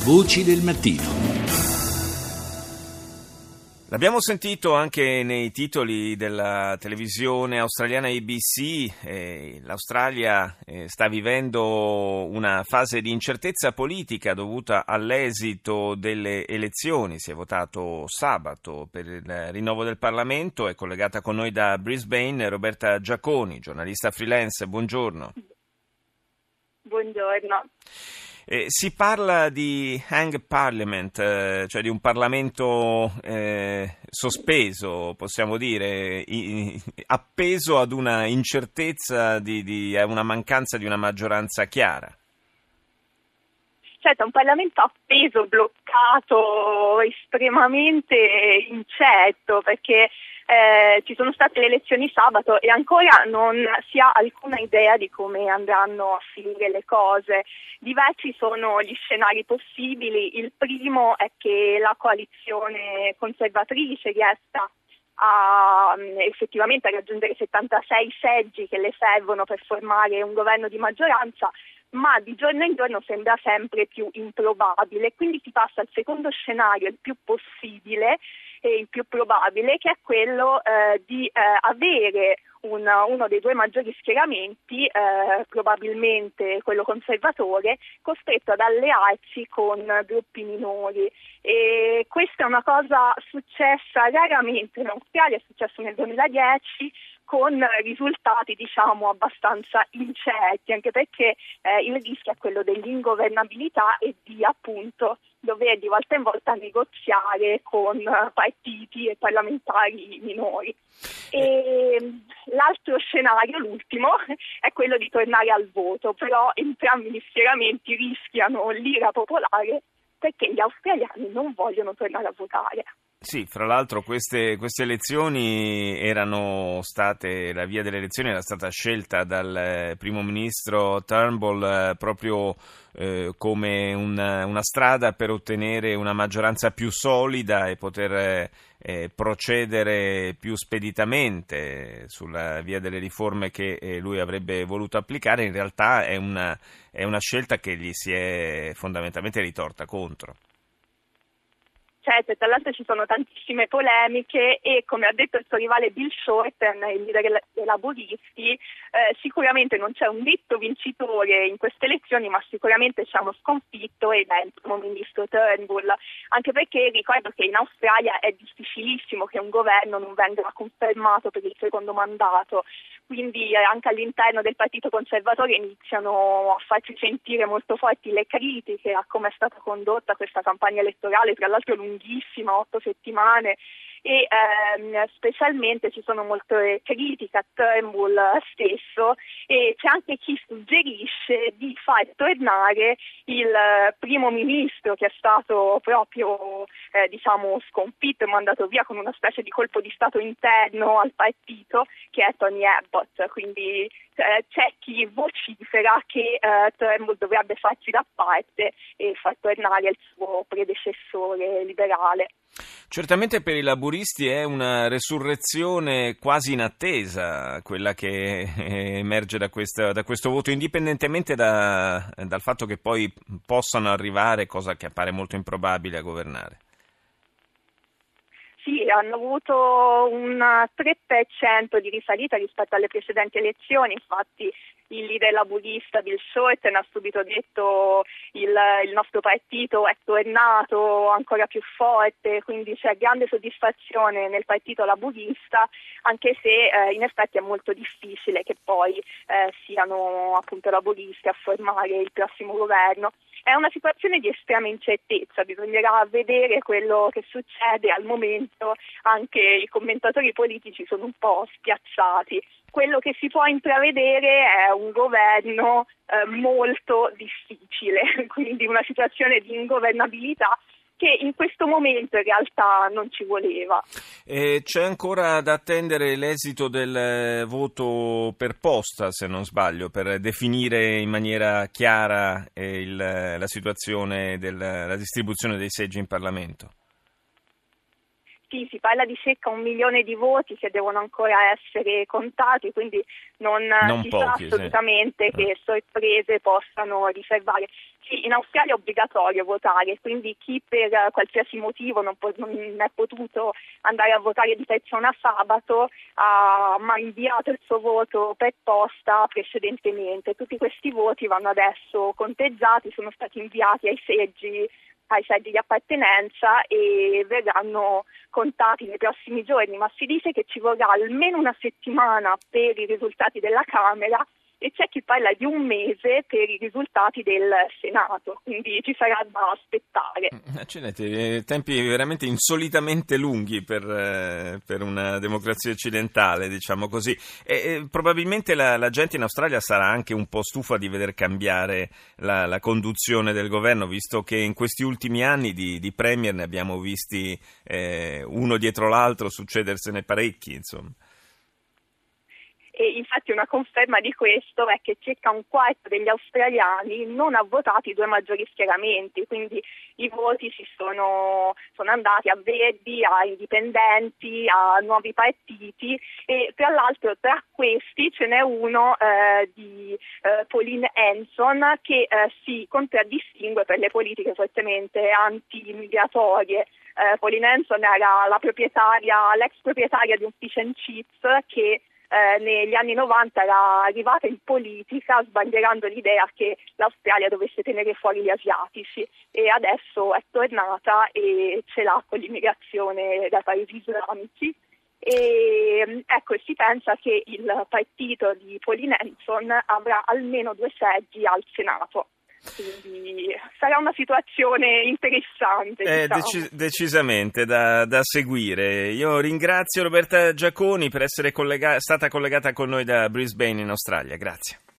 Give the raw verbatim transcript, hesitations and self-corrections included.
Voci del mattino. L'abbiamo sentito anche nei titoli della televisione australiana A B C, eh, l'Australia eh, sta vivendo una fase di incertezza politica dovuta all'esito delle elezioni. Si è votato sabato per il rinnovo del Parlamento. È collegata con noi da Brisbane Roberta Giaconi, giornalista freelance. Buongiorno. Buongiorno. Eh, si parla di hang parliament, eh, cioè di un Parlamento eh, sospeso, possiamo dire, i, appeso ad una incertezza, di, di, a una mancanza di una maggioranza chiara. Certo, un Parlamento appeso, bloccato, estremamente incerto, perché eh, ci sono state le elezioni sabato e ancora non si ha alcuna idea di come andranno a finire le cose. Diversi sono gli scenari possibili. Il primo è che la coalizione conservatrice riesca a effettivamente a raggiungere settantasei seggi che le servono per formare un governo di maggioranza, ma di giorno in giorno sembra sempre più improbabile. Quindi si passa al secondo scenario, il più possibile e il più probabile, che è quello eh, di eh, avere un, uno dei due maggiori schieramenti, eh, probabilmente quello conservatore, costretto ad allearsi con gruppi minori. E questa è una cosa successa raramente in Australia, è successo nel duemiladieci, con risultati diciamo abbastanza incerti, anche perché eh, il rischio è quello dell'ingovernabilità e di appunto dover di volta in volta negoziare con partiti e parlamentari minori. E l'altro scenario, l'ultimo, è quello di tornare al voto, però entrambi gli schieramenti rischiano l'ira popolare perché gli australiani non vogliono tornare a votare. Sì, fra l'altro queste, queste elezioni erano state, la via delle elezioni era stata scelta dal primo ministro Turnbull eh, proprio eh, come una, una strada per ottenere una maggioranza più solida e poter eh, procedere più speditamente sulla via delle riforme che eh, lui avrebbe voluto applicare. In realtà è una, è una scelta che gli si è fondamentalmente ritorta contro. Certo, tra l'altro ci sono tantissime polemiche e, come ha detto il suo rivale Bill Shorten, il leader dei laburisti, eh, sicuramente non c'è un netto vincitore in queste elezioni, ma sicuramente c'è uno sconfitto ed è il primo ministro Turnbull, anche perché ricordo che in Australia è difficilissimo che un governo non venga confermato per il secondo mandato, quindi eh, anche all'interno del Partito Conservatore iniziano a farsi sentire molto forti le critiche a come è stata condotta questa campagna elettorale, tra l'altro lunghissima, otto settimane, e ehm, specialmente ci sono molte critiche a Turnbull stesso e c'è anche chi suggerisce di far tornare il primo ministro che è stato proprio eh, diciamo sconfitto e mandato via con una specie di colpo di stato interno al partito, che è Tony Abbott. Quindi eh, c'è chi vocifera che eh, Turnbull dovrebbe farci da parte e far tornare il suo predecessore liberale. Certamente per i laburisti è una resurrezione quasi inattesa quella che emerge da questo, da questo voto, indipendentemente da, dal fatto che poi possano arrivare, cosa che appare molto improbabile, a governare. Sì, hanno avuto un tre per cento di risalita rispetto alle precedenti elezioni, infatti il leader laburista Bill Shorten ha subito detto il, il nostro partito è tornato ancora più forte, quindi c'è grande soddisfazione nel partito laburista, anche se eh, in effetti è molto difficile che poi eh, siano appunto laburisti a formare il prossimo governo. È una situazione di estrema incertezza, bisognerà vedere quello che succede. Al momento anche i commentatori politici sono un po' spiazzati. Quello che si può intravedere è un governo eh, molto difficile, quindi una situazione di ingovernabilità che in questo momento in realtà non ci voleva. E c'è ancora da attendere l'esito del voto per posta, se non sbaglio, per definire in maniera chiara il, la situazione della distribuzione dei seggi in Parlamento. Sì, si parla di circa un milione di voti che devono ancora essere contati, quindi non, non si pochi, sa assolutamente sì. che sorprese possano riservare. Sì, in Australia è obbligatorio votare, quindi chi per qualsiasi motivo non, po- non è potuto andare a votare di persona sabato ha ma inviato il suo voto per posta precedentemente. Tutti questi voti vanno adesso conteggiati, sono stati inviati ai seggi ai seggi di appartenenza e verranno contati nei prossimi giorni, ma si dice che ci vorrà almeno una settimana per i risultati della Camera e c'è chi parla di un mese per i risultati del Senato, quindi ci sarà da aspettare. Accidenti, tempi veramente insolitamente lunghi per, eh, per una democrazia occidentale, diciamo così. E, e probabilmente la, la gente in Australia sarà anche un po' stufa di veder cambiare la, la conduzione del governo, visto che in questi ultimi anni di, di premier ne abbiamo visti eh, uno dietro l'altro succedersene parecchi, insomma. E infatti una conferma di questo è che circa un quarto degli australiani non ha votato i due maggiori schieramenti, quindi i voti si sono, sono andati a Verdi, a Indipendenti, a nuovi partiti e tra l'altro tra questi ce n'è uno eh, di eh, Pauline Hanson che eh, si contraddistingue per le politiche fortemente anti-migratorie. Eh, Pauline Hanson era la proprietaria, l'ex proprietaria di un fish and chips che Eh, negli anni novanta era arrivata in politica sbandierando l'idea che l'Australia dovesse tenere fuori gli asiatici e adesso è tornata e ce l'ha con l'immigrazione dai paesi islamici e ecco si pensa che il partito di Pauline Hanson avrà almeno due seggi al Senato. Quindi sarà una situazione interessante. Eh, diciamo. deci- decisamente da, da seguire. Io ringrazio Roberta Giaconi per essere collega- stata collegata con noi da Brisbane in Australia. Grazie.